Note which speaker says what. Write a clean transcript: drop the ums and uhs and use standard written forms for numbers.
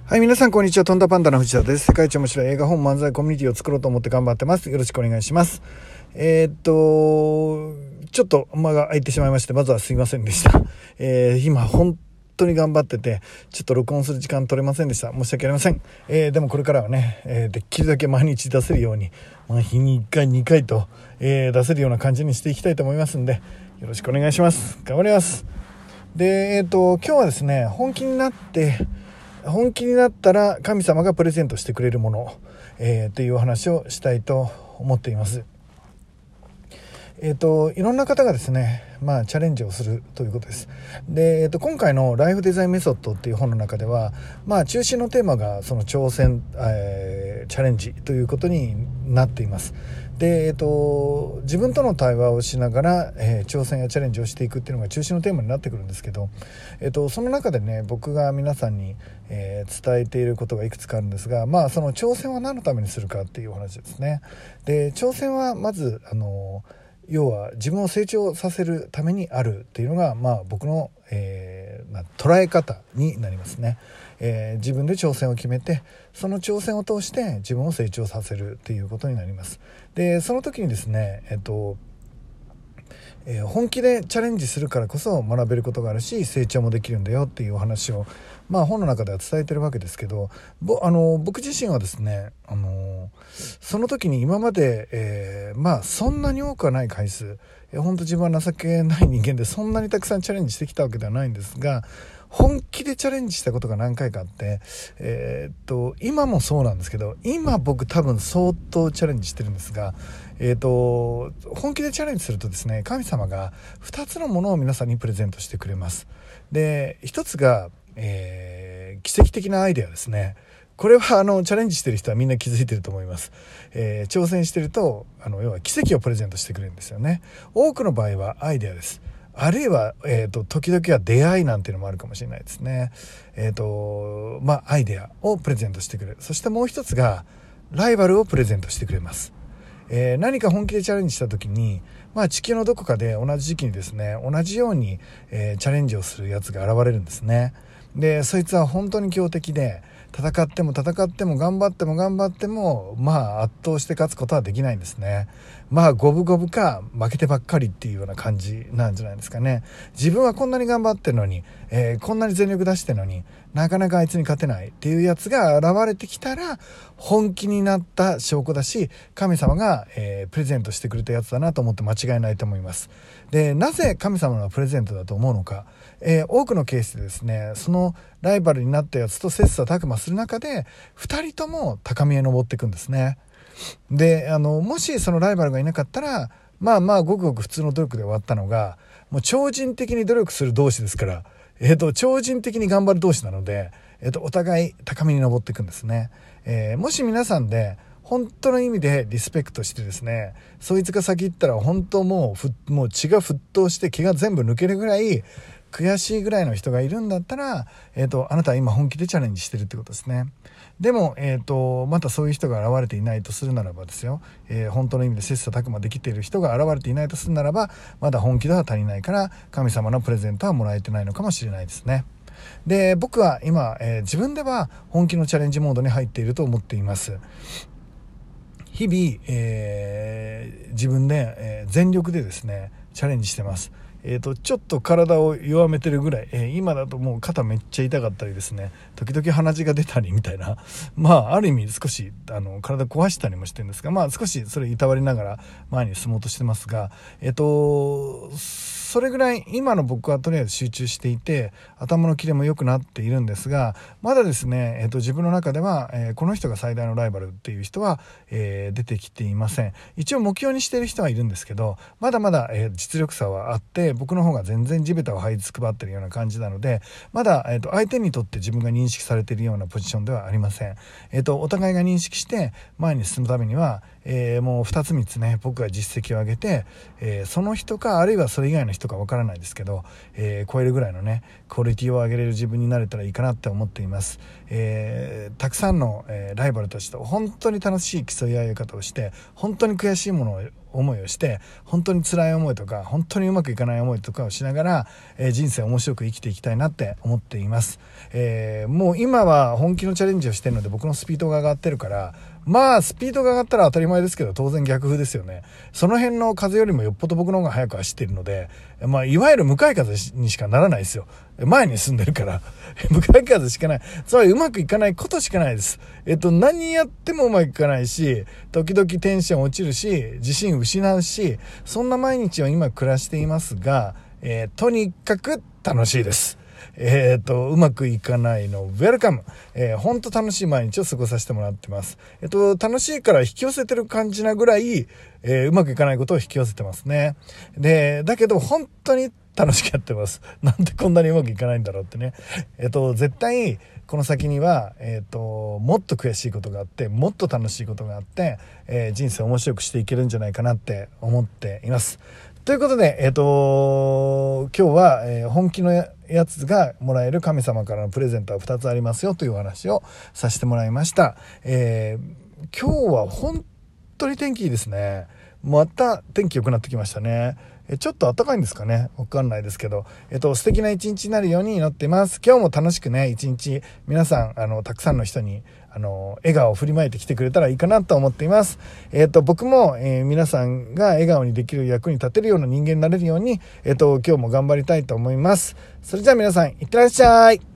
Speaker 1: はい、皆さんこんにちは。トンダパンダの藤田です。世界一面白い映画本漫才コミュニティを作ろうと思って頑張ってます。よろしくお願いします。ちょっと間が空いてしまいまして、まずはすいませんでした。今本当に頑張ってて、ちょっと録音する時間取れませんでした。申し訳ありません。でもこれからはね、できるだけ毎日出せるように、日に1回2回と、出せるような感じにしていきたいと思いますんで、よろしくお願いします。頑張ります。で、今日はですね、本気になったら神様がプレゼントしてくれるもの、っていうお話をしたいと思っています。いろんな方がですね、チャレンジをするということです。で、今回のライフデザインメソッドっていう本の中では、中心のテーマがその挑戦、チャレンジということになっています。で、自分との対話をしながら、挑戦やチャレンジをしていくっていうのが中心のテーマになってくるんですけど、その中でね、僕が皆さんに、伝えていることがいくつかあるんですが、その挑戦は何のためにするかっていうお話ですね。で、挑戦はまず要は自分を成長させるためにあるっていうのが、僕の、捉え方になりますね。自分で挑戦を決めて、その挑戦を通して自分を成長させるっていうことになります。で、その時にですね、本気でチャレンジするからこそ学べることがあるし、成長もできるんだよっていうお話を、本の中では伝えてるわけですけど、僕自身はですね、その時に今まで、そんなに多くはない回数、本当自分は情けない人間でそんなにたくさんチャレンジしてきたわけではないんですが、本気でチャレンジしたことが何回かあって、今もそうなんですけど、今僕多分相当チャレンジしてるんですが、本気でチャレンジするとですね、神様が2つのものを皆さんにプレゼントしてくれます。で、1つが、奇跡的なアイデアですね。これはチャレンジしてる人はみんな気づいてると思います。挑戦してると要は奇跡をプレゼントしてくれるんですよね。多くの場合はアイデアです。あるいは、時々は出会いなんていうのもあるかもしれないですね。アイデアをプレゼントしてくれる。そしてもう一つがライバルをプレゼントしてくれます。何か本気でチャレンジした時に、地球のどこかで同じ時期にですね、同じように、チャレンジをするやつが現れるんですね。で、そいつは本当に強敵で、戦っても頑張っても圧倒して勝つことはできないんですね。五分五分か負けてばっかりっていうような感じなんじゃないですかね。自分はこんなに頑張ってるのに、こんなに全力出してるのになかなかあいつに勝てないっていうやつが現れてきたら本気になった証拠だし、神様が、プレゼントしてくれたやつだなと思って間違いないと思います。で、なぜ神様のプレゼントだと思うのか、多くのケースでですね、そのライバルになったやつと切磋琢磨する中で2人とも高みへ登っていくんですね。で、もしそのライバルがいなかったらごくごく普通の努力で終わったのが、もう超人的に努力する同士ですから、超人的に頑張る同士なので、お互い高みに登っていくんですね。もし皆さんで本当の意味でリスペクトしてですね、そいつが先行ったら本当もう血が沸騰して毛が全部抜けるぐらい悔しいぐらいの人がいるんだったら、あなたは今本気でチャレンジしてるってことですね。でも、またそういう人が現れていないとするならばですよ、本当の意味で切磋琢磨できている人が現れていないとするならば、まだ本気では足りないから神様のプレゼントはもらえてないのかもしれないですね。で、僕は今、自分では本気のチャレンジモードに入っていると思っています。日々、自分で、全力でですねチャレンジしてます。ちょっと体を弱めてるぐらい、今だともう肩めっちゃ痛かったりですね、時々鼻血が出たりみたいな、ある意味少し体壊したりもしてるんですが、少しそれいたわりながら前に進もうとしてますが、それぐらい今の僕はとりあえず集中していて、頭のキレも良くなっているんですが、まだですね、自分の中では、この人が最大のライバルっていう人は、出てきていません。一応目標にしている人はいるんですけど、まだまだ、実力差はあって、僕の方が全然地べたを這いつくばっているような感じなので、まだ、相手にとって自分が認識されているようなポジションではありません。お互いが認識して前に進むためには、 もう2つ3つね僕が実績を上げて、その人かあるいはそれ以外の人かわからないですけど、超えるぐらいのねクオリティを上げれる自分になれたらいいかなって思っています。たくさんの、ライバルたちと本当に楽しい競い合い方をして、本当に悔しい思いをして、本当に辛い思いとか本当にうまくいかない思いとかをしながら、人生を面白く生きていきたいなって思っています。もう今は本気のチャレンジをしてるので僕のスピードが上がってるから、まあスピードが上がったら当たり前ですけど当然逆風ですよね。その辺の風よりもよっぽど僕の方が速く走っているので、まあいわゆる向かい風にしかならないですよ。前に進んでるから向かい風しかない。つまりうまくいかないことしかないです。何やってもうまくいかないし、時々テンション落ちるし、自信失うし、そんな毎日を今暮らしていますが、とにかく楽しいです。うまくいかないのウェルカム。本当楽しい毎日を過ごさせてもらってます。楽しいから引き寄せてる感じなぐらい、うまくいかないことを引き寄せてますね。だけど本当に楽しくやってます。なんでこんなにうまくいかないんだろうってね。絶対この先には、もっと悔しいことがあって、もっと楽しいことがあって、人生を面白くしていけるんじゃないかなって思っています。ということで、今日は、本気のやつがもらえる神様からのプレゼントは2つありますよというお話をさせてもらいました。今日は本当に天気いいですね。また天気良くなってきましたね。ちょっと暖かいんですかね、わかんないですけど、素敵な一日になるように祈っています。今日も楽しくね、一日皆さんたくさんの人に笑顔を振りまいてきてくれたらいいかなと思っています。僕も、皆さんが笑顔にできる役に立てるような人間になれるように、今日も頑張りたいと思います。それじゃあ皆さんいってらっしゃい。